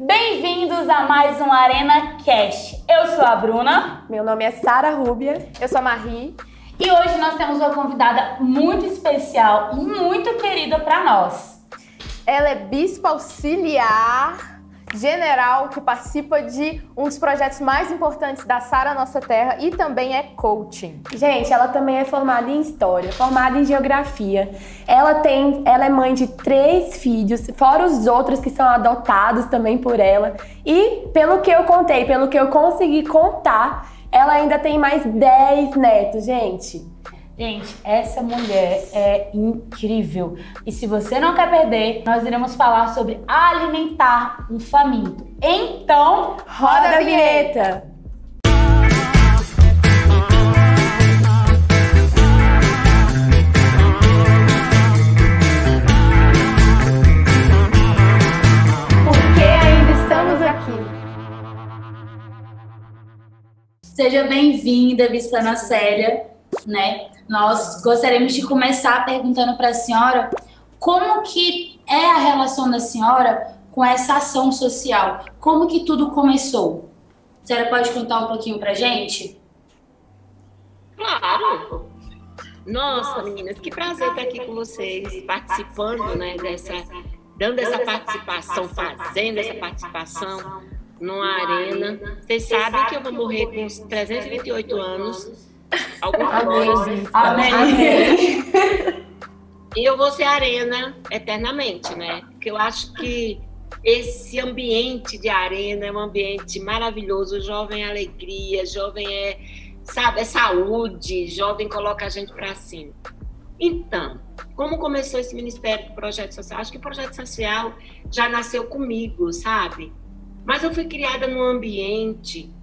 Bem-vindos a mais um Arena Cast. Eu sou a Bruna. Meu nome é Sara Rúbia. Eu sou a Marie. E hoje nós temos uma convidada muito especial e muito querida para nós. Ela é bispa auxiliar general que participa de um dos projetos mais importantes da Sara Nossa Terra e também é coaching. Gente, ela também é formada em História, formada em Geografia. Ela é mãe de 3 filhos, fora os outros que são adotados também por ela. E pelo que eu contei, pelo que eu consegui contar, ela ainda tem mais 10 netos, gente. Gente, essa mulher é incrível. E se você não quer perder, nós iremos falar sobre alimentar um faminto. Então, roda a vinheta! Porque ainda estamos aqui. Seja bem-vinda, Bispa Ana Célia, né? Nós gostaríamos de começar perguntando para a senhora como que é a relação da senhora com essa ação social. Como que tudo começou? A senhora pode contar um pouquinho para a gente? Claro! Nossa, meninas, que prazer estar aqui com vocês, participando, né, dando essa participação, fazendo essa participação numa arena. Vocês sabem que eu vou morrer com uns 328 anos. Amém. E eu vou ser arena eternamente, né? Porque eu acho que esse ambiente de arena é um ambiente maravilhoso. O jovem é alegria, jovem é saúde, jovem coloca a gente para cima. Então, como começou esse Ministério do Projeto Social? Acho que o Projeto Social já nasceu comigo, sabe? Mas eu fui criada num ambiente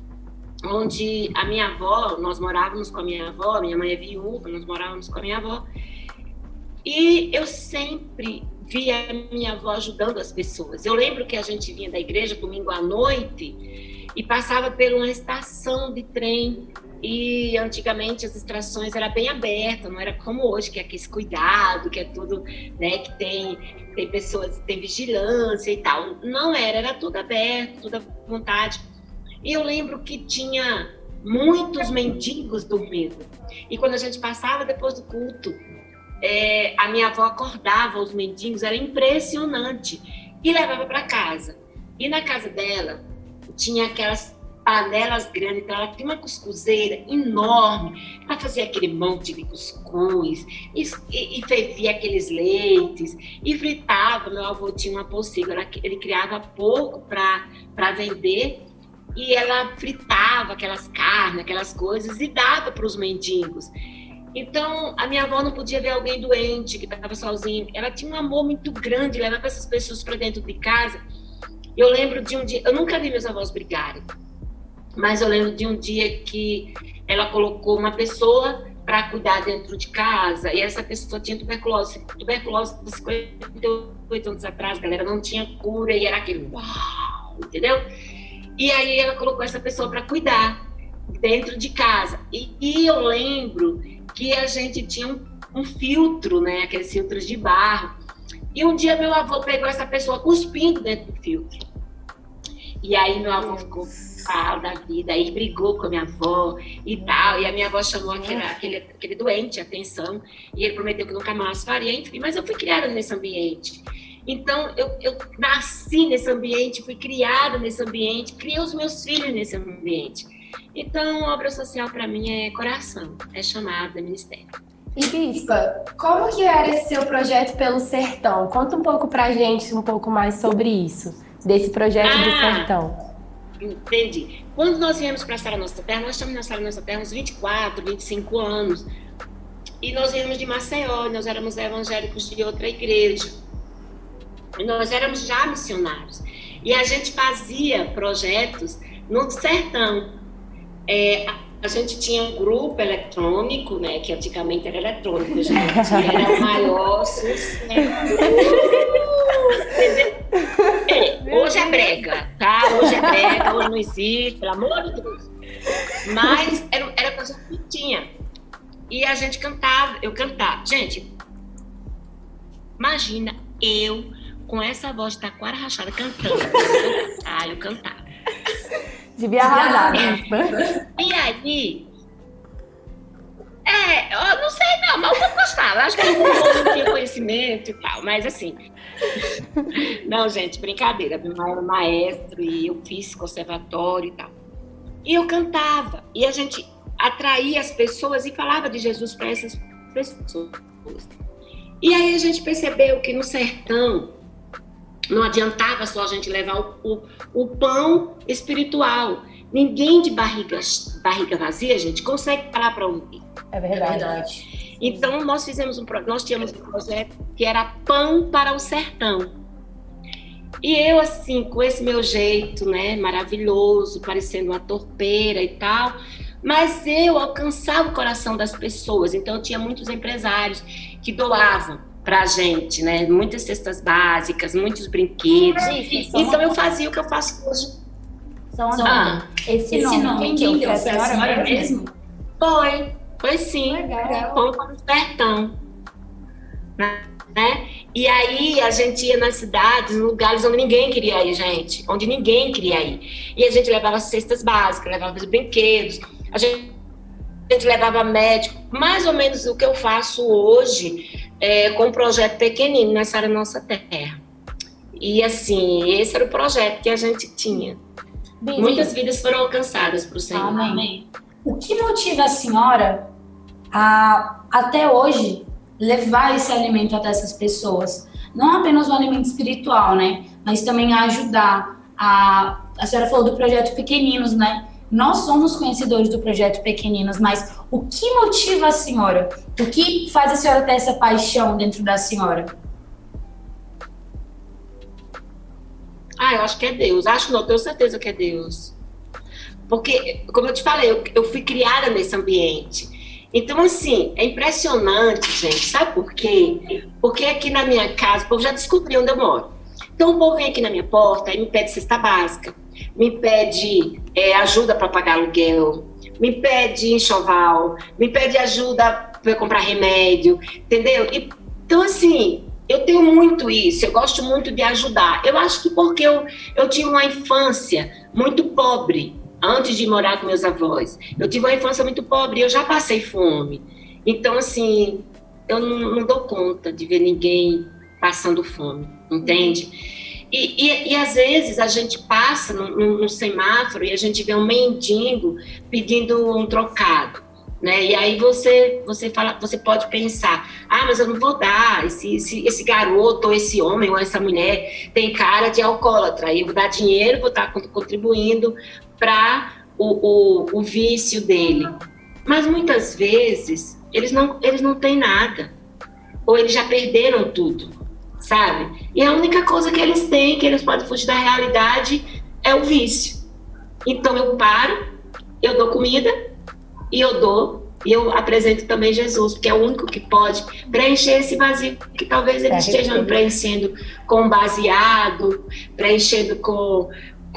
onde a minha avó, nós morávamos com a minha avó, minha mãe é viúva, nós morávamos com a minha avó, e eu sempre via a minha avó ajudando as pessoas. Eu lembro que a gente vinha da igreja domingo à noite e passava por uma estação de trem, e antigamente as estações eram bem abertas, não era como hoje, que é esse cuidado, que é tudo, né, que tem pessoas, tem vigilância e tal. Não era tudo aberto, tudo à vontade. E eu lembro que tinha muitos mendigos dormindo. E quando a gente passava depois do culto, a minha avó acordava os mendigos, era impressionante, e levava para casa. E na casa dela tinha aquelas panelas grandes, então ela tinha uma cuscuzeira enorme para fazer aquele monte de cuscuz, e fervia aqueles leites, e fritava. Meu avô tinha uma pocilga, ele criava pouco para vender, e ela fritava aquelas carnes, aquelas coisas, e dava para os mendigos. Então, a minha avó não podia ver alguém doente, que estava sozinho. Ela tinha um amor muito grande, levava essas pessoas para dentro de casa. Eu lembro de um dia, eu nunca vi meus avós brigarem, mas eu lembro de um dia que ela colocou uma pessoa para cuidar dentro de casa, e essa pessoa tinha tuberculose de 58 anos atrás, galera, não tinha cura, e era aquele uau, entendeu? E aí ela colocou essa pessoa para cuidar dentro de casa. E eu lembro que a gente tinha um filtro, né? Aqueles filtros de barro. E um dia meu avô pegou essa pessoa cuspindo dentro do filtro. E aí meu avô ficou pau da vida, aí brigou com a minha avó e tal. E a minha avó chamou aquele doente, atenção, e ele prometeu que nunca mais faria, enfim. Mas eu fui criada nesse ambiente. Então, eu nasci nesse ambiente, fui criada nesse ambiente, criei os meus filhos nesse ambiente. Então, obra social para mim é coração, é chamada, é ministério. E Bispa, como que era esse seu projeto pelo Sertão? Conta um pouco pra gente, um pouco mais sobre isso, desse projeto do Sertão. Entendi. Quando nós viemos para a Sara Nossa Terra, nós estamos na Sara Nossa Terra uns 24, 25 anos. E nós viemos de Maceió, nós éramos evangélicos de outra igreja. Nós éramos já missionários. E a gente fazia projetos no sertão. A gente tinha um grupo eletrônico, né, que antigamente era eletrônico, gente, era o maior sucesso. Hoje é brega, tá? Hoje é brega, hoje não existe, pelo amor de Deus. Mas era coisa que tinha. E a gente cantava, eu cantava. Gente, imagina eu com essa voz de taquara rachada cantando. Aí eu cantava. Devia arrasar, Bispa. E aí... eu não sei não, mas eu gostava. Acho que eu não tinha conhecimento e tal, mas assim... Não, gente, brincadeira. Meu pai era maestro e eu fiz conservatório e tal. E eu cantava. E a gente atraía as pessoas e falava de Jesus para essas pessoas. E aí a gente percebeu que no sertão não adiantava só a gente levar o pão espiritual. Ninguém de barriga vazia, gente, consegue parar para ouvir. É verdade. Então nós tínhamos um projeto que era Pão para o Sertão. E eu, assim, com esse meu jeito, né, maravilhoso, parecendo uma torpeira e tal, mas eu alcançava o coração das pessoas. Então eu tinha muitos empresários que doavam pra gente, né? Muitas cestas básicas, muitos brinquedos. Então eu fazia o que eu faço hoje. Esse nome quem deu? Foi a senhora mesmo? Foi sim. Legal. Pão para o Sertão. Né? E aí a gente ia nas cidades, em lugares onde ninguém queria ir, gente. Onde ninguém queria ir. E a gente levava cestas básicas, levava os brinquedos. A gente levava médico. Mais ou menos o que eu faço hoje com um projeto pequenino nessa área Nossa Terra. E assim, esse era o projeto que a gente tinha. Bem, muitas vidas foram alcançadas para o Senhor. Amém. O que motiva a senhora a, até hoje, levar esse alimento até essas pessoas? Não apenas o alimento espiritual, né? Mas também a ajudar. A senhora falou do projeto Pequeninos, né? Nós somos conhecedores do projeto Pequeninos, mas o que motiva a senhora? O que faz a senhora ter essa paixão dentro da senhora? Eu acho que é Deus. Acho não, tenho certeza que é Deus. Porque, como eu te falei, eu fui criada nesse ambiente. Então, assim, é impressionante, gente. Sabe por quê? Porque aqui na minha casa, o povo já descobriu onde eu moro. Então, o povo vem aqui na minha porta e me pede cesta básica, me pede ajuda para pagar aluguel, me pede enxoval, me pede ajuda para eu comprar remédio, entendeu? Então, assim, eu tenho muito isso, eu gosto muito de ajudar. Eu acho que porque eu tive uma infância muito pobre, antes de morar com meus avós. Eu tive uma infância muito pobre e eu já passei fome. Então, assim, eu não dou conta de ver ninguém passando fome, entende? E às vezes a gente passa no semáforo e a gente vê um mendigo pedindo um trocado, né? E aí você pode pensar, mas eu não vou dar, esse garoto, ou esse homem, ou essa mulher tem cara de alcoólatra, aí eu vou dar dinheiro, vou estar contribuindo para o vício dele. Mas muitas vezes eles não têm nada, ou eles já perderam tudo, sabe? E a única coisa que eles têm, que eles podem fugir da realidade, é o vício. Então eu paro, eu dou comida, e eu apresento também Jesus, porque é o único que pode preencher esse vazio que talvez eles estejam preenchendo com baseado, preenchendo com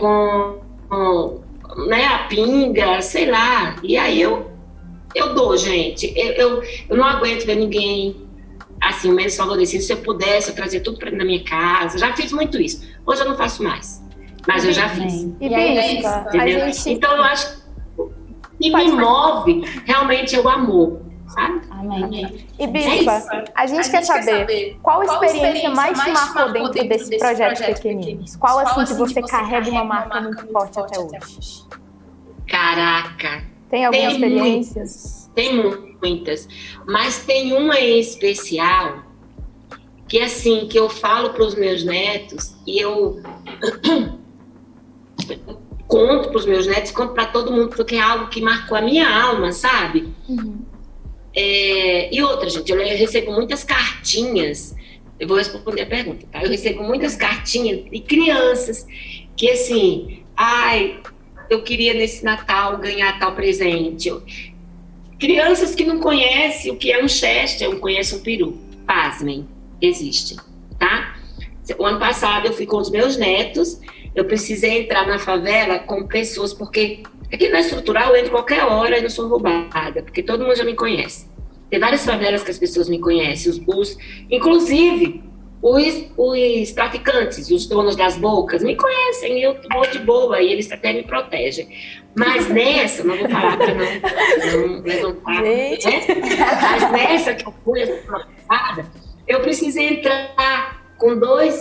né, a pinga, sei lá. E aí eu dou, gente. Eu não aguento ver ninguém assim, menos favorecido. Se eu pudesse, eu trazia tudo na minha casa. Já fiz muito isso. Hoje eu não faço mais, mas eu já fiz. E Bispa, Então eu acho que o que me move realmente é o amor, sabe? Amém. E Bispa, a gente quer saber qual experiência mais te marcou dentro desse projeto Pequeninos? Qual assim que você carrega uma marca muito forte até hoje? Caraca! Tem alguma experiência? Tem muitas, mas tem uma em especial que assim, que eu falo para os meus netos e eu conto para os meus netos, conto para todo mundo, porque é algo que marcou a minha alma, sabe? Uhum. E outra, gente, eu recebo muitas cartinhas, eu vou responder a pergunta, tá? Eu recebo muitas cartinhas de crianças que assim, eu queria nesse Natal ganhar tal presente. Crianças que não conhecem o que é um Chester, não conhecem um peru. Pasmem, existem, tá? O ano passado eu fui com os meus netos, eu precisei entrar na favela com pessoas, porque aqui na estrutural eu entro qualquer hora e não sou roubada, porque todo mundo já me conhece. Tem várias favelas que as pessoas me conhecem, inclusive Os traficantes, os donos das bocas, me conhecem, eu vou de boa e eles até me protegem. Mas nessa, não vou falar para não levantar, né? Mas nessa que eu fui aprovada, eu precisei entrar com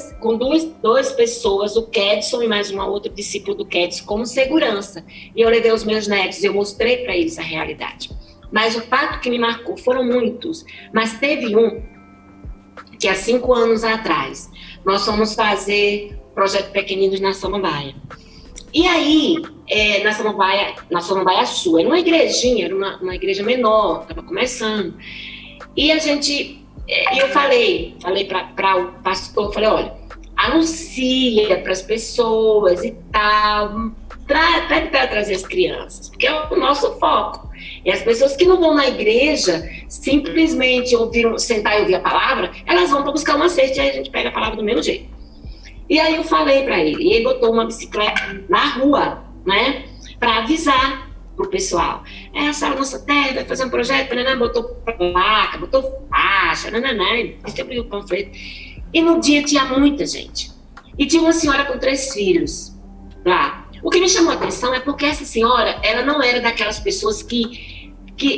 duas pessoas, o Kedson e mais uma outra discípula do Kedson, como segurança. E eu levei os meus netos, eu mostrei para eles a realidade. Mas o fato que me marcou foram muitos, mas teve um que há 5 anos atrás nós fomos fazer Projeto Pequeninos na Samambaia. E aí, na Samambaia Sul, era uma igrejinha, era uma igreja menor, estava começando. E a gente, eu falei para o pastor, falei, olha, anuncia para as pessoas e tal, pede para trazer as crianças, porque é o nosso foco. E as pessoas que não vão na igreja, simplesmente sentar e ouvir a palavra, elas vão para buscar uma cesta e aí a gente pega a palavra do mesmo jeito. E aí eu falei para ele, e ele botou uma bicicleta na rua, né, para avisar pro pessoal. A Sara Nossa Terra vai fazer um projeto, botou placa, botou faixa, distribuiu o panfleto. E no dia tinha muita gente. E tinha uma senhora com 3 filhos lá. O que me chamou a atenção é porque essa senhora, ela não era daquelas pessoas que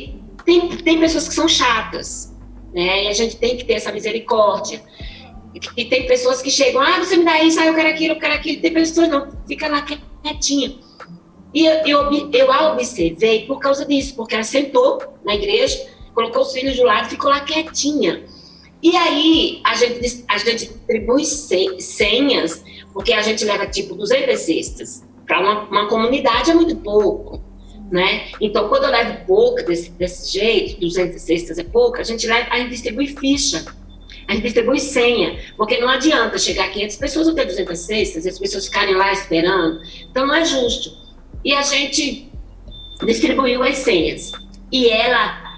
tem pessoas que são chatas, né? E a gente tem que ter essa misericórdia. E tem pessoas que chegam, você me dá isso, eu quero aquilo, eu quero aquilo. Tem pessoas não, fica lá quietinha. E eu a observei por causa disso, porque ela sentou na igreja, colocou os filhos do lado e ficou lá quietinha. E aí a gente distribui senhas, porque a gente leva tipo 200 cestas. Para uma comunidade é muito pouco, né? Então, quando eu levo pouco desse jeito, 200 cestas é pouco, a gente distribui ficha, a gente distribui senha, porque não adianta chegar a 500 pessoas ou ter 200 cestas e as pessoas ficarem lá esperando, então não é justo. E a gente distribuiu as senhas, e ela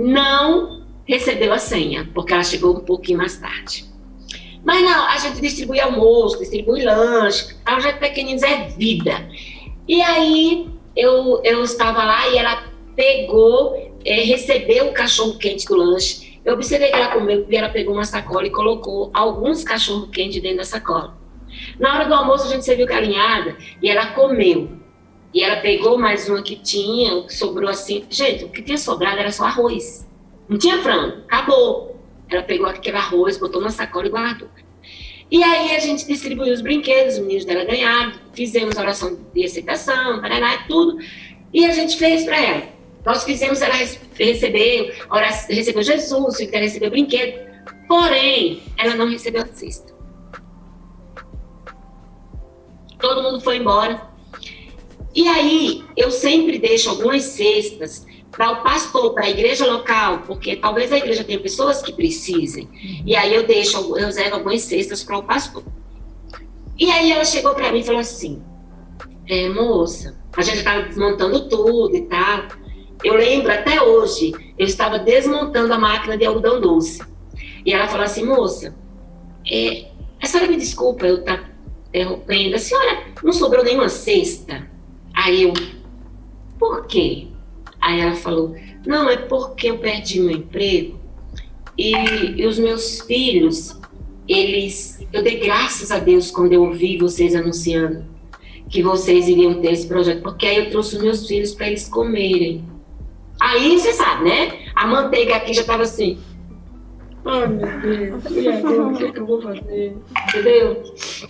não recebeu a senha, porque ela chegou um pouquinho mais tarde. Mas não, a gente distribui almoço, distribui lanche, Projeto Pequeninos é vida. E aí eu estava lá e ela pegou, recebeu o cachorro-quente do lanche. Eu observei que ela comeu e ela pegou uma sacola e colocou alguns cachorro-quentes dentro da sacola. Na hora do almoço a gente serviu galinhada e ela comeu. E ela pegou mais uma que tinha, o que sobrou assim. Gente, o que tinha sobrado era só arroz. Não tinha frango, acabou. Ela pegou aquele arroz, botou na sacola e guardou. E aí a gente distribuiu os brinquedos, os meninos dela ganharam, fizemos a oração de aceitação, tudo. E a gente fez para ela. Nós fizemos ela receber Jesus, o filho dela recebeu o brinquedo. Porém, ela não recebeu a cesta. Todo mundo foi embora. E aí, eu sempre deixo algumas cestas para o pastor, para a igreja local, porque talvez a igreja tenha pessoas que precisem. E aí eu reservo algumas cestas para o pastor. E aí ela chegou para mim e falou assim, moça, a gente estava desmontando tudo e tal. Eu lembro até hoje, eu estava desmontando a máquina de algodão doce. E ela falou assim, moça, a senhora me desculpa, eu estou interrompendo, a senhora não sobrou nenhuma cesta? Aí eu, por quê? Aí ela falou, não, é porque eu perdi meu emprego e os meus filhos, eu dei graças a Deus quando eu ouvi vocês anunciando que vocês iriam ter esse projeto, porque aí eu trouxe os meus filhos para eles comerem. Aí você sabe, né? A manteiga aqui já estava assim, ai meu Deus, e agora, o que é que eu vou fazer? Entendeu?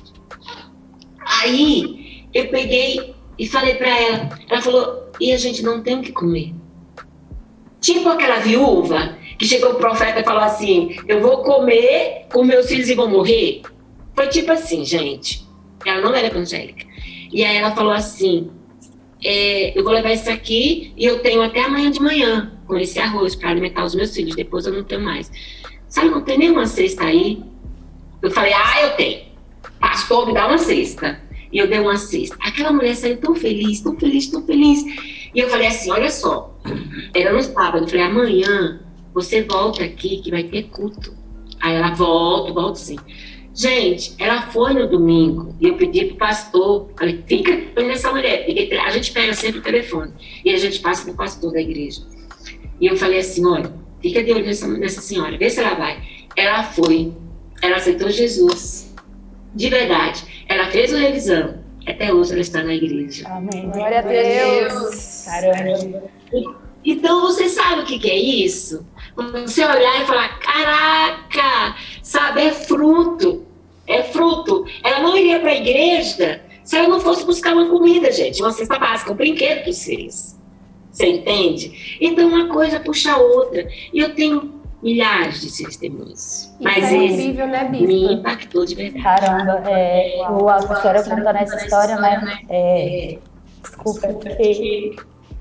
Aí eu peguei e falei para ela falou, e a gente não tem o que comer. Tipo aquela viúva que chegou o profeta e falou assim, eu vou comer com meus filhos e vou morrer. Foi tipo assim, gente. Ela não era evangélica. E aí ela falou assim, eu vou levar isso aqui e eu tenho até amanhã de manhã com esse arroz para alimentar os meus filhos, depois eu não tenho mais. Sabe, não tem nenhuma cesta aí? Eu falei, eu tenho. Pastor, me dá uma cesta. E eu dei uma cesta. Aquela mulher saiu tão feliz, tão feliz, tão feliz. E eu falei assim, olha só, era no sábado, eu falei, amanhã você volta aqui que vai ter culto. Aí ela volta sim. Gente, ela foi no domingo e eu pedi pro pastor, falei, fica nessa mulher, a gente pega sempre o telefone e a gente passa pro pastor da igreja. E eu falei assim, olha, fica de olho nessa senhora, vê se ela vai. Ela foi, Ela aceitou Jesus. De verdade. Ela fez uma revisão. Até hoje ela está na igreja. Amém. Glória a Deus. Caramba. Então, você sabe o que é isso? Você olhar e falar, caraca, sabe, é fruto. É fruto. Ela não iria para a igreja se ela não fosse buscar uma comida, gente. Uma cesta básica, um brinquedo dos filhos. Você entende? Então, uma coisa puxa a outra. E eu tenho milhares de testemunhos. Mas é esse incrível, né, me Bispa? impactou de verdade. Caramba, a senhora contando essa história, né? Desculpa, porque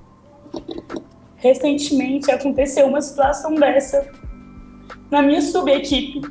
recentemente aconteceu uma situação dessa na minha subequipe.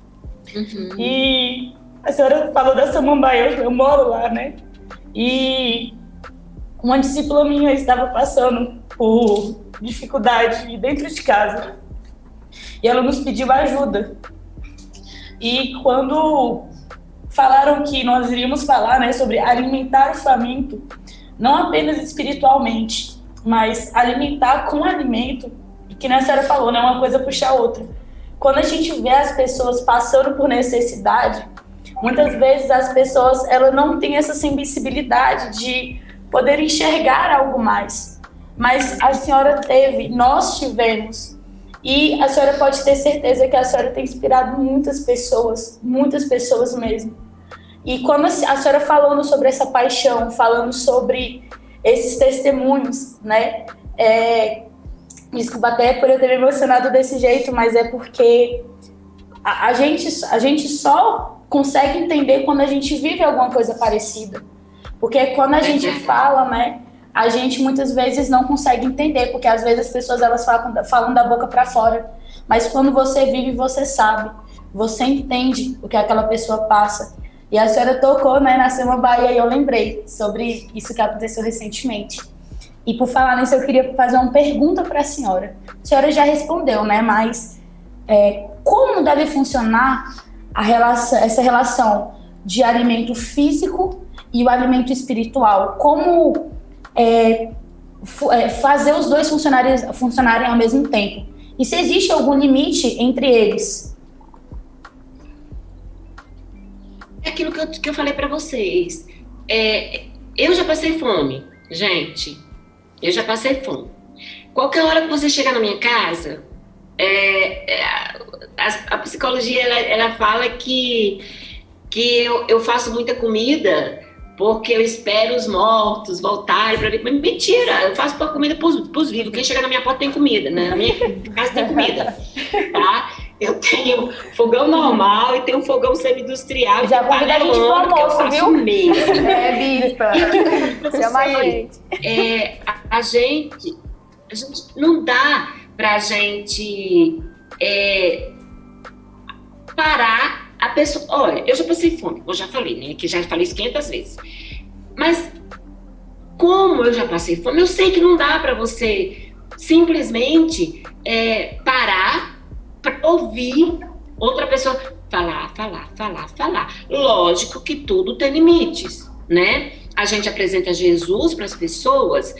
E a senhora falou da Samambaia, eu moro lá, né? E uma discípula minha estava passando por dificuldade dentro de casa. E ela nos pediu ajuda. E quando falaram que nós iríamos falar, né, sobre alimentar o faminto, não apenas espiritualmente, mas alimentar com alimento, que a senhora falou, né, uma coisa puxa a outra. Quando a gente vê as pessoas passando por necessidade, muitas vezes as pessoas elas não têm essa sensibilidade de poder enxergar algo mais. Mas a senhora teve, nós tivemos. E a senhora pode ter certeza que a senhora tem inspirado muitas pessoas mesmo. E quando a senhora falando sobre essa paixão, falando sobre esses testemunhos, né? Desculpa até por eu ter me emocionado desse jeito, mas é porque a gente só consegue entender quando a gente vive alguma coisa parecida. Porque quando a gente fala, né? A gente muitas vezes não consegue entender, porque às vezes as pessoas elas falam da boca para fora, mas quando você vive, você sabe, você entende o que aquela pessoa passa. E a senhora tocou, né, na Samambaia, e eu lembrei sobre isso que aconteceu recentemente. E por falar nisso, eu queria fazer uma pergunta para a senhora. A senhora já respondeu, né, mas como deve funcionar essa relação de alimento físico e o alimento espiritual? Como fazer os dois funcionarem ao mesmo tempo? E se existe algum limite entre eles? É aquilo que eu falei para vocês. Eu já passei fome, gente. Eu já passei fome. Qualquer hora que você chegar na minha casa, a psicologia ela fala que eu faço muita comida porque eu espero os mortos voltarem para mim. Mentira, eu faço comida para os vivos. Quem chegar na minha porta tem comida, né? Na minha casa tem comida, tá? Eu tenho fogão normal e tenho um fogão semi-industrial. Já convida a gente pro almoço, viu? Mesmo. Bispa. Chama a gente. A gente não dá pra gente parar a pessoa. Olha, eu já passei fome, eu já falei, né? Que já falei isso 500 vezes. Mas como eu já passei fome, eu sei que não dá pra você simplesmente parar para ouvir outra pessoa falar. Lógico que tudo tem limites, né? A gente apresenta Jesus para as pessoas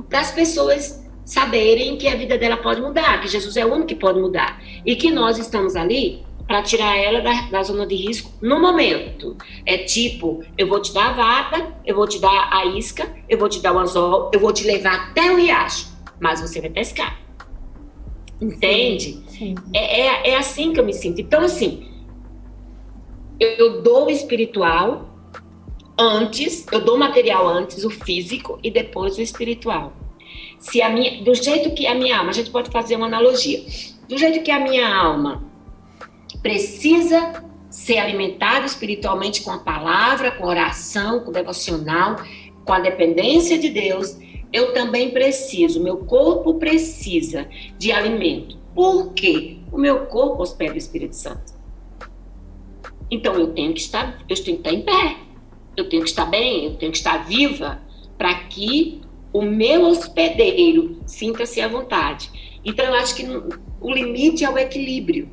saberem que a vida dela pode mudar, que Jesus é o único que pode mudar e que nós estamos ali para tirar ela da zona de risco no momento. Tipo, eu vou te dar a vara, eu vou te dar a isca, eu vou te dar o anzol, eu vou te levar até o riacho, mas você vai pescar. Entende? Sim. É assim que eu me sinto. Então, assim, eu dou o espiritual antes, eu dou o material antes, o físico, e depois o espiritual. Do jeito que a minha alma, a gente pode fazer uma analogia, do jeito que a minha alma precisa ser alimentada espiritualmente com a palavra, com a oração, com o devocional, com a dependência de Deus, eu também preciso, meu corpo precisa de alimento. Por quê? O meu corpo hospeda o Espírito Santo. Então eu tenho que estar em pé, eu tenho que estar bem, eu tenho que estar viva para que o meu hospedeiro sinta-se à vontade. Então eu acho que o limite é o equilíbrio.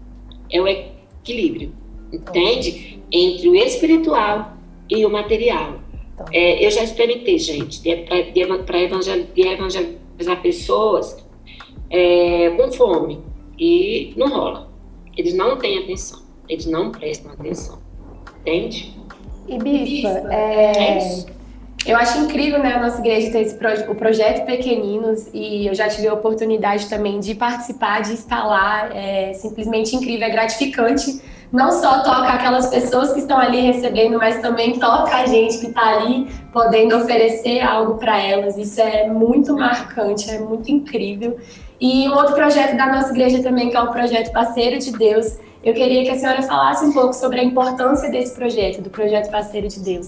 Entende? Entre o espiritual e o material. Eu já experimentei, gente, para evangelizar pessoas com fome. E não rola. Eles não têm atenção. eles não prestam atenção. Entende? E Bispa, É isso. eu acho incrível, né, a nossa igreja ter o projeto Pequeninos, e eu já tive a oportunidade também de participar, de estar lá, é simplesmente incrível, é gratificante. Não só toca aquelas pessoas que estão ali recebendo, mas também toca a gente que está ali podendo oferecer algo para elas. Isso é muito marcante, é muito incrível. E um outro projeto da nossa igreja também, que é o projeto Parceiro de Deus. Eu queria que a senhora falasse um pouco sobre a importância desse projeto, do projeto Parceiro de Deus.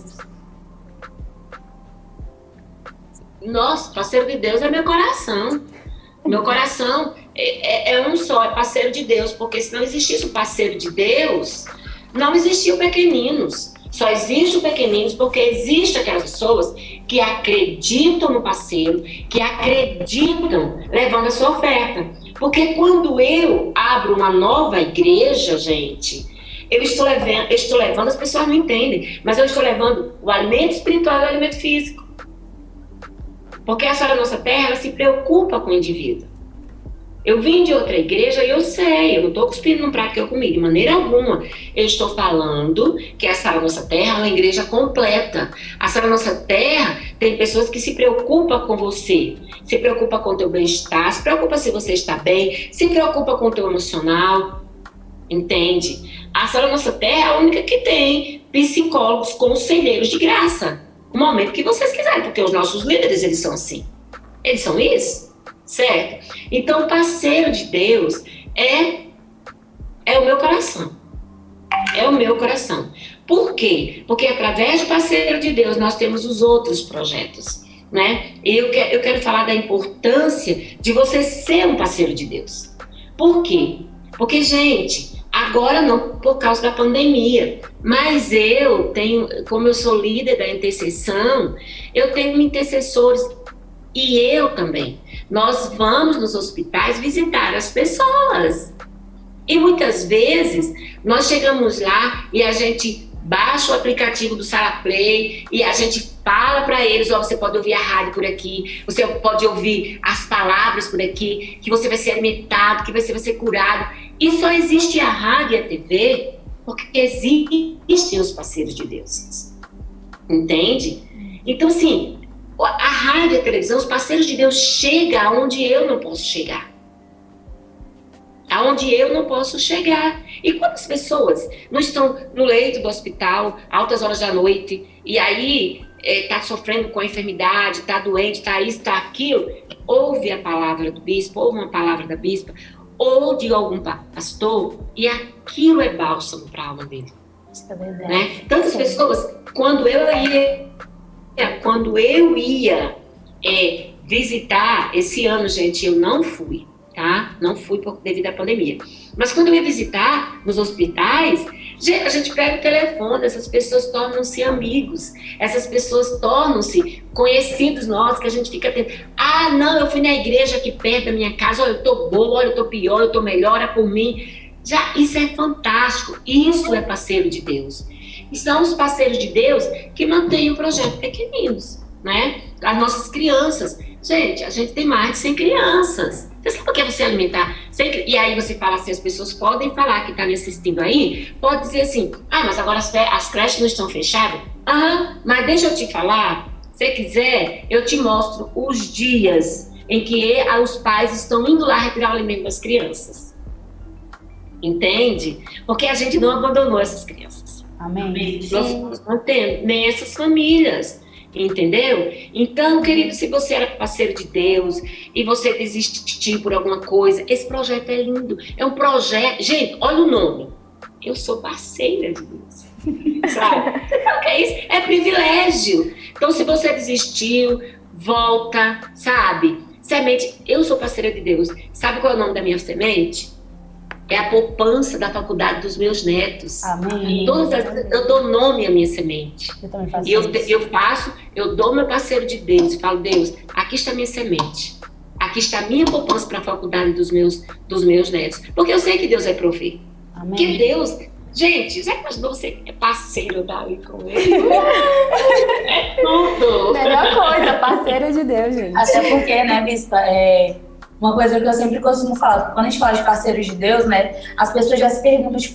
Nossa, parceiro de Deus é meu coração. Meu coração é um só, é parceiro de Deus, porque se não existisse o parceiro de Deus, não existia o Pequeninos. Só existe o Pequeninos porque existe aquelas pessoas que acreditam no parceiro, que acreditam levando a sua oferta. Porque quando eu abro uma nova igreja, gente, eu estou levando, as pessoas não entendem, mas eu estou levando o alimento espiritual e o alimento físico. Porque a Sara Nossa Terra, ela se preocupa com o indivíduo. Eu vim de outra igreja e eu sei, eu não estou cuspindo no prato que eu comi, de maneira alguma. Eu estou falando que a Sara Nossa Terra é uma igreja completa. A Sara Nossa Terra tem pessoas que se preocupam com você, se preocupa com o teu bem-estar, se preocupa se você está bem, se preocupa com o teu emocional, entende? A Sara Nossa Terra é a única que tem psicólogos, conselheiros de graça. No momento que vocês quiserem, porque os nossos líderes, eles são assim. Eles são isso, certo? Então, o parceiro de Deus é o meu coração. É o meu coração. Por quê? Porque através do parceiro de Deus, nós temos os outros projetos, né? E eu quero falar da importância de você ser um parceiro de Deus. Por quê? Porque, gente, agora não por causa da pandemia, mas eu tenho, como eu sou líder da intercessão, eu tenho intercessores e eu também. Nós vamos nos hospitais visitar as pessoas. E muitas vezes nós chegamos lá e a gente baixa o aplicativo do Sara Play e a gente fala para eles, ó, você pode ouvir a rádio por aqui, você pode ouvir as palavras por aqui, que você vai ser alimentado, que você vai ser curado. E só existe a rádio e a TV porque existem os parceiros de Deus. Entende? Então, assim, a rádio e a televisão, os parceiros de Deus chegam aonde eu não posso chegar. Aonde eu não posso chegar. E quantas pessoas não estão no leito do hospital, altas horas da noite, e aí está sofrendo com a enfermidade, está doente, está isso, está aquilo, ouve a palavra do bispo, ouve uma palavra da bispa, ou de algum pastor, e aquilo é bálsamo para a alma dele. Isso é verdade. Né? Tantas pessoas, quando eu ia visitar, esse ano, gente, eu não fui, tá? Não fui devido à pandemia. Mas quando eu ia visitar nos hospitais, a gente pega o telefone, essas pessoas tornam-se amigos, essas pessoas tornam-se conhecidos nossos, que a gente fica atento. Ah, não, eu fui na igreja aqui perto da minha casa, olha, eu tô boa, olha, eu tô pior, eu tô melhor, é por mim. Isso é fantástico, isso é parceiro de Deus. E são os parceiros de Deus que mantêm o projeto Pequeninos, né? As nossas crianças. Gente, a gente tem mais de 100 crianças. Você sabe o que é você alimentar? E aí você fala assim, as pessoas podem falar que está me assistindo aí, pode dizer assim, mas agora as creches não estão fechadas? Mas deixa eu te falar, se quiser, eu te mostro os dias em que os pais estão indo lá retirar o alimento das crianças. Entende? Porque a gente não abandonou essas crianças. Amém. Nós não temos nem essas famílias. Entendeu? Então, querido, se você era parceiro de Deus e você desistiu por alguma coisa, esse projeto é lindo. É um projeto... Gente, olha o nome. Eu sou parceira de Deus. Sabe? Sabe o que é isso? É privilégio. Então, se você desistiu, volta, sabe? Semente, eu sou parceira de Deus. Sabe qual é o nome da minha semente? É a poupança da faculdade dos meus netos. Amém. Eu dou nome à minha semente. Eu também faço isso. Eu dou meu parceiro de Deus e falo, Deus, aqui está a minha semente. Aqui está a minha poupança para a faculdade dos meus netos. Porque eu sei que Deus vai prover. Amém. Que Deus... Gente, já imaginou você é parceiro dali com ele? É tudo. Melhor coisa, parceiro de Deus, gente. Até porque, né, Bispa, uma coisa que eu sempre costumo falar, quando a gente fala de parceiros de Deus, né, as pessoas já se perguntam, tipo,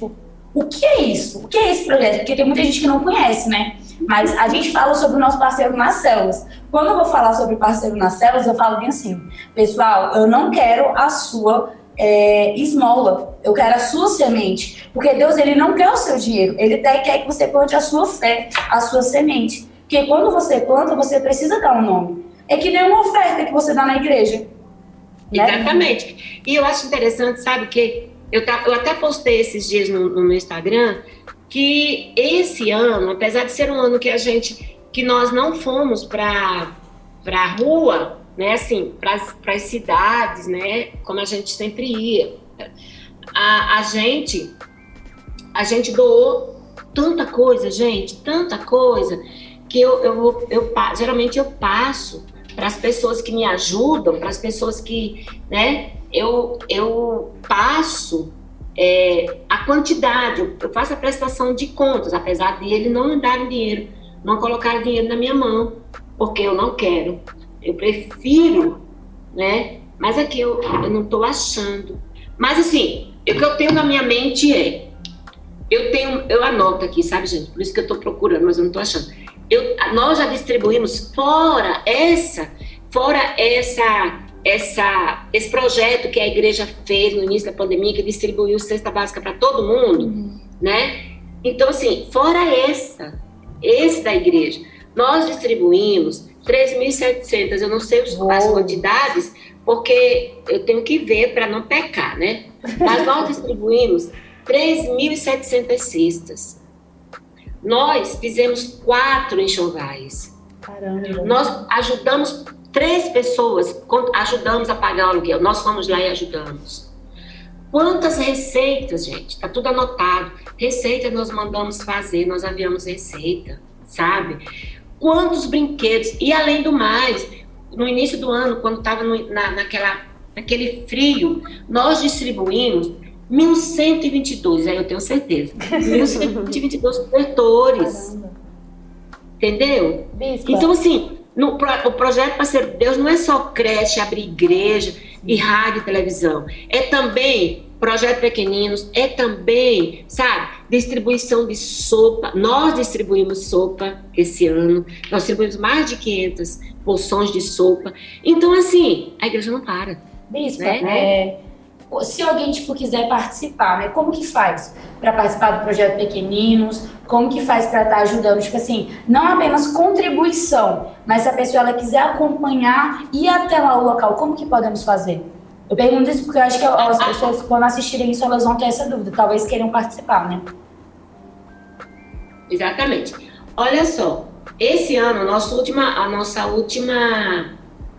O que é isso? O que é esse projeto? Porque tem muita gente que não conhece, né? Mas a gente fala sobre o nosso parceiro nas células. Quando eu vou falar sobre o parceiro nas células, eu falo bem assim, pessoal, eu não quero a sua esmola, eu quero a sua semente. Porque Deus, ele não quer o seu dinheiro, ele até quer que você plante a sua fé, a sua semente. Porque quando você planta, você precisa dar um nome. É que nem uma oferta que você dá na igreja. Né? Exatamente. E eu acho interessante, sabe, que eu até postei esses dias no meu Instagram, que esse ano, apesar de ser um ano que nós não fomos para a rua, né, assim, para as cidades, né, como a gente sempre ia, a gente doou tanta coisa, gente, tanta coisa, que geralmente eu passo para as pessoas que me ajudam, para as pessoas que, né, eu passo a quantidade, eu faço a prestação de contas, apesar de ele não me darem dinheiro, não colocar dinheiro na minha mão, porque eu não quero, eu prefiro, né, mas aqui eu não estou achando. Mas assim, o que eu tenho na minha mente eu anoto aqui, sabe, gente, por isso que eu estou procurando, mas eu não estou achando. Nós já distribuímos fora esse projeto que a igreja fez no início da pandemia, que distribuiu cesta básica para todo mundo, né? Então, assim, fora esse da igreja, nós distribuímos 3.700, eu não sei as quantidades, porque eu tenho que ver para não pecar, né? Mas nós distribuímos 3.700 cestas. Nós fizemos 4 enxovais. Caramba. Nós ajudamos 3 pessoas, ajudamos a pagar o aluguel. Nós fomos lá e ajudamos. Quantas receitas, gente? Tá tudo anotado. Receita nós mandamos fazer, nós aviamos receita, sabe? Quantos brinquedos. E além do mais, no início do ano, quando estava naquele frio, nós distribuímos 1.122, aí eu tenho certeza. 1.122 cobertores. Caramba. Entendeu? Bispa. Então, assim, o projeto Parceiro de Deus não é só creche, abrir igreja e rádio e televisão. É também projeto pequeninos, é também, sabe, distribuição de sopa. Nós distribuímos sopa esse ano. Nós distribuímos mais de 500 porções de sopa. Então, assim, a igreja não para. Bispa, Né? Se alguém quiser participar, né, como que faz para participar do projeto Pequeninos? Como que faz para estar ajudando? Tipo assim, não apenas contribuição, mas se a pessoa ela quiser acompanhar e ir até lá o local, como que podemos fazer? Eu pergunto isso porque eu acho que as pessoas, quando assistirem isso, elas vão ter essa dúvida. Talvez queiram participar, né? Exatamente. Olha só, esse ano, a nossa última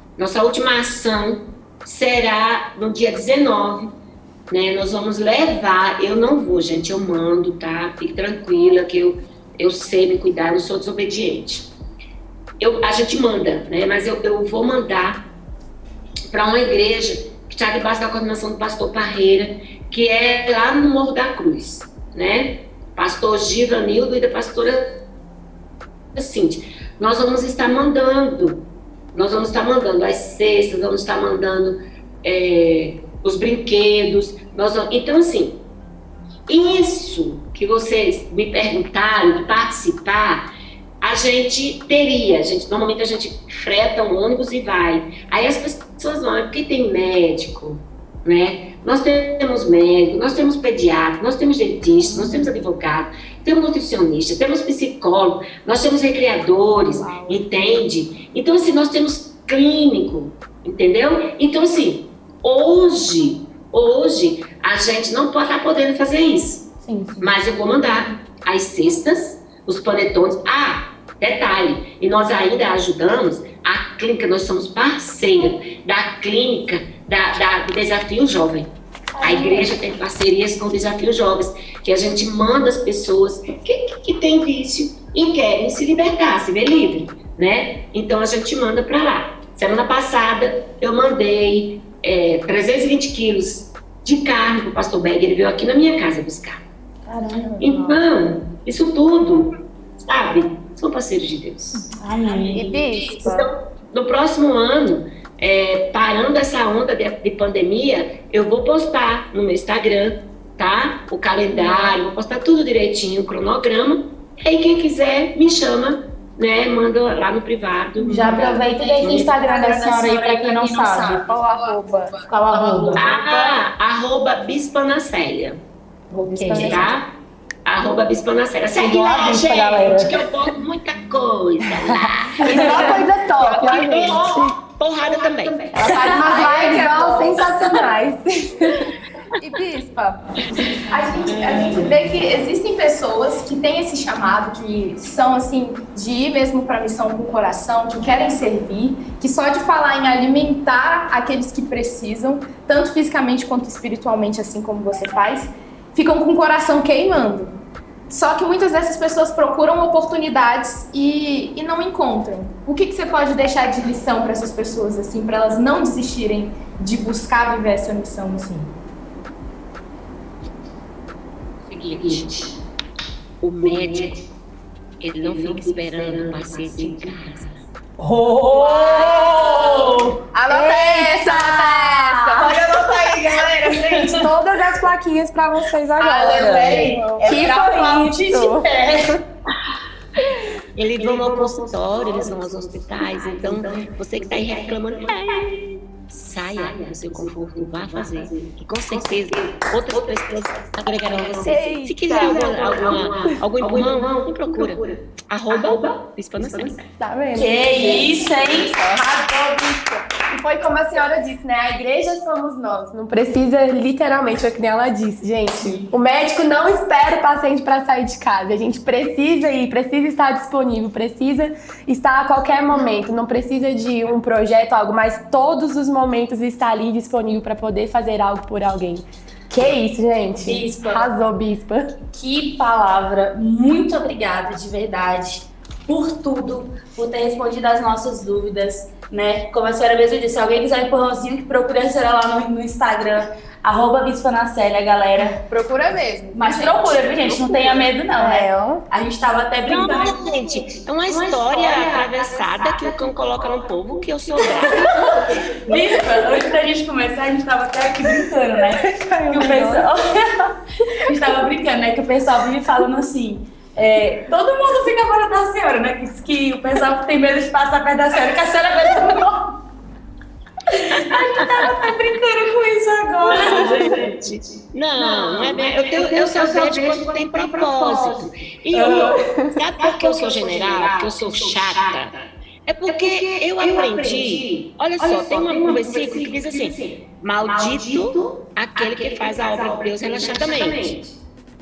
ação será no dia 19, né? Nós vamos levar, eu não vou, gente, eu mando, tá? Fique tranquila que eu sei me cuidar, não sou desobediente. A gente manda, né? Mas eu vou mandar para uma igreja que está debaixo da coordenação do pastor Parreira, que é lá no Morro da Cruz, né? Pastor Givanildo e da pastora Cíntia. Nós vamos estar mandando as cestas, vamos estar mandando os brinquedos. Então, assim, isso que vocês me perguntaram de participar, a gente teria. Normalmente a gente freta um ônibus e vai. Aí as pessoas vão, porque tem médico, né? Nós temos médico, nós temos pediatra, nós temos dentista, nós temos advogado, temos nutricionista, temos psicólogo, nós temos recreadores, entende? Então, assim, nós temos clínico, entendeu? Então, assim, hoje a gente não pode estar podendo fazer isso. Sim. Mas eu vou mandar as cestas, os panetones. Detalhe, e nós ainda ajudamos a clínica, nós somos parceira da clínica do Desafio Jovem. A igreja tem parcerias com o Desafio Jovens, que a gente manda as pessoas que têm vício e querem se libertar, se ver livre, né? Então a gente manda para lá. Semana passada eu mandei 320 quilos de carne para o pastor Berg, ele veio aqui na minha casa buscar. Caramba. Então, isso tudo, sabe, são parceiros de Deus. Amém. E bispa, Então, no próximo ano, parando essa onda de pandemia, eu vou postar no meu Instagram, tá? O calendário, vou postar tudo direitinho, o cronograma. E aí quem quiser me chama, né? Manda lá no privado. Já aproveita e deixa o Instagram da senhora aí pra quem não sabe. Qual arroba? Qual arroba? Arroba Bispa Ana Célia. Ok. Tá? Arroba Bispa Ana Célia. Segue Igual a lá, Bispa, gente, galera. que eu boto muita coisa lá. E só coisa top, ó, gente. Porrada também. Ela faz umas lives ó, sensacionais. E Bispa, a gente vê que existem pessoas que têm esse chamado, que são assim, de ir mesmo para a missão com o coração, que querem servir, que só de falar em alimentar aqueles que precisam, tanto fisicamente quanto espiritualmente, assim como você faz, ficam com o coração queimando. Só que muitas dessas pessoas procuram oportunidades e não encontram. O que você pode deixar de lição para essas pessoas, assim, para elas não desistirem de buscar viver essa missão, assim? Seguinte, o médico, ele não fica esperando o paciente em casa. Anota essa! Pode anotar aí, galera, gente. Todas as plaquinhas pra vocês agora. Que foi isso? Eles vão ao consultório, eles vão aos hospitais, então você que está aí reclamando, saia do seu conforto, vá fazer. E com certeza outras pessoas agregarão a você. Se quiser algum empurrão, me procura. Arroba Bispa Ana Célia. Tá vendo? Que isso, hein? Arrasou, Bispa. E foi como a senhora disse, né? A igreja somos nós. Não precisa, literalmente, é o que ela disse, gente. O médico não espera o paciente para sair de casa. A gente precisa ir, precisa estar disponível, precisa estar a qualquer momento. Não precisa de um projeto, algo, mas todos os momentos está ali disponível para poder fazer algo por alguém. Que isso, gente. Bispa. Arrasou, Bispa. Que palavra. Muito obrigada, de verdade, por tudo, por ter respondido as nossas dúvidas, né? Como a senhora mesmo disse, se alguém quiser um empurrãozinho, que procure a senhora lá no Instagram, arroba Bispa Ana Célia, galera. Procura mesmo. Mas procura, viu, gente? Não tenha medo, não, né? A gente tava até brincando. Não, gente, é uma história atravessada que o cão coloca no povo, que eu sou brava. Bispa, antes da gente começar, a gente tava até aqui brincando, né? Que o pessoal... a gente tava brincando, né? Que o pessoal vive falando assim... todo mundo fica fora da senhora, né? Que o pessoal tem medo de passar perto da senhora, que a senhora vai todo mundo. A gente tava até brincando com isso agora, gente. Não é bem. Eu sou médico quando tem propósito. E sabe por que eu sou general? Porque eu sou chata? É porque eu aprendi. Olha só, tem um versículo que diz assim: maldito aquele que faz a obra de Deus relaxadamente.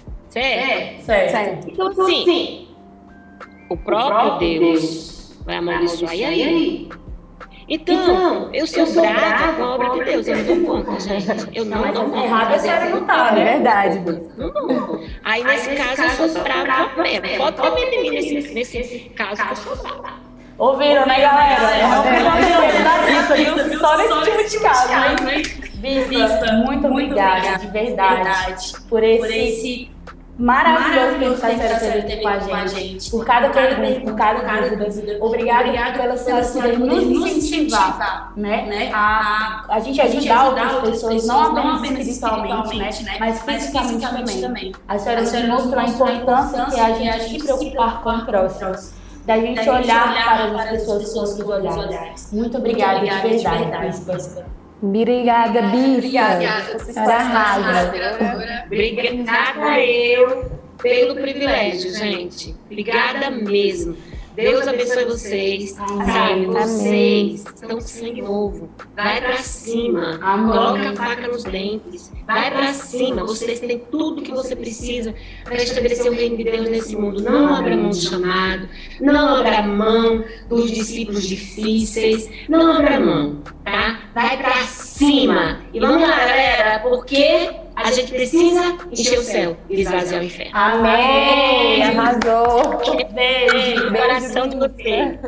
Certo? Então, assim, o próprio Deus vai amaldiçoar aí. Então, eu sou brava com a obra de Deus, eu não dou conta, gente. Eu não dou conta. Errado a senhora não tá, é verdade. Aí, nesse caso, eu sou brava mesmo. Pode ter medo de mim nesse caso que eu sou brava. Ouviram, né, galera? Eu não tenho medo da Bispa, só nesse tipo de caso, né? Bispa, muito obrigada, de verdade, por esse maravilhoso tempo que a senhora teve com a gente, por cada pergunta, por cada dúvida. Obrigada pela senhora nos incentivar, né? A gente ajudar outras pessoas, não apenas espiritualmente, né? Mas fisicamente também. A senhora nos mostrou a importância que é a gente se preocupar com o próximo, da gente olhar para as pessoas com os olhares. Muito obrigada, de verdade, Bispa. Obrigada, Bispa. Obrigada. Arrasa. Obrigada eu pelo privilégio, gente. Obrigada mesmo. Deus abençoe vocês. Sabe, vocês estão com sangue novo. Vai pra cima. Coloca a faca nos dentes. Vai pra cima. Vocês têm tudo que você precisa para estabelecer o reino de Deus nesse mundo. Não abra mão do chamado. Não abra mão dos discípulos difíceis. Não abra mão, tá? Vai pra cima. E vamos lá, galera, porque a gente precisa encher o céu e esvaziar o inferno. Amém. Arrasou. Beijo. No coração de você.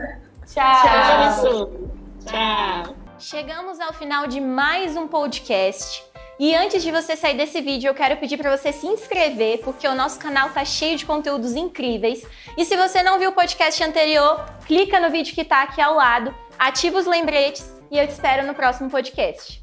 Tchau. Tchau. Chegamos ao final de mais um podcast. E antes de você sair desse vídeo, eu quero pedir para você se inscrever, porque o nosso canal tá cheio de conteúdos incríveis. E se você não viu o podcast anterior, clica no vídeo que tá aqui ao lado, ativa os lembretes e eu te espero no próximo podcast.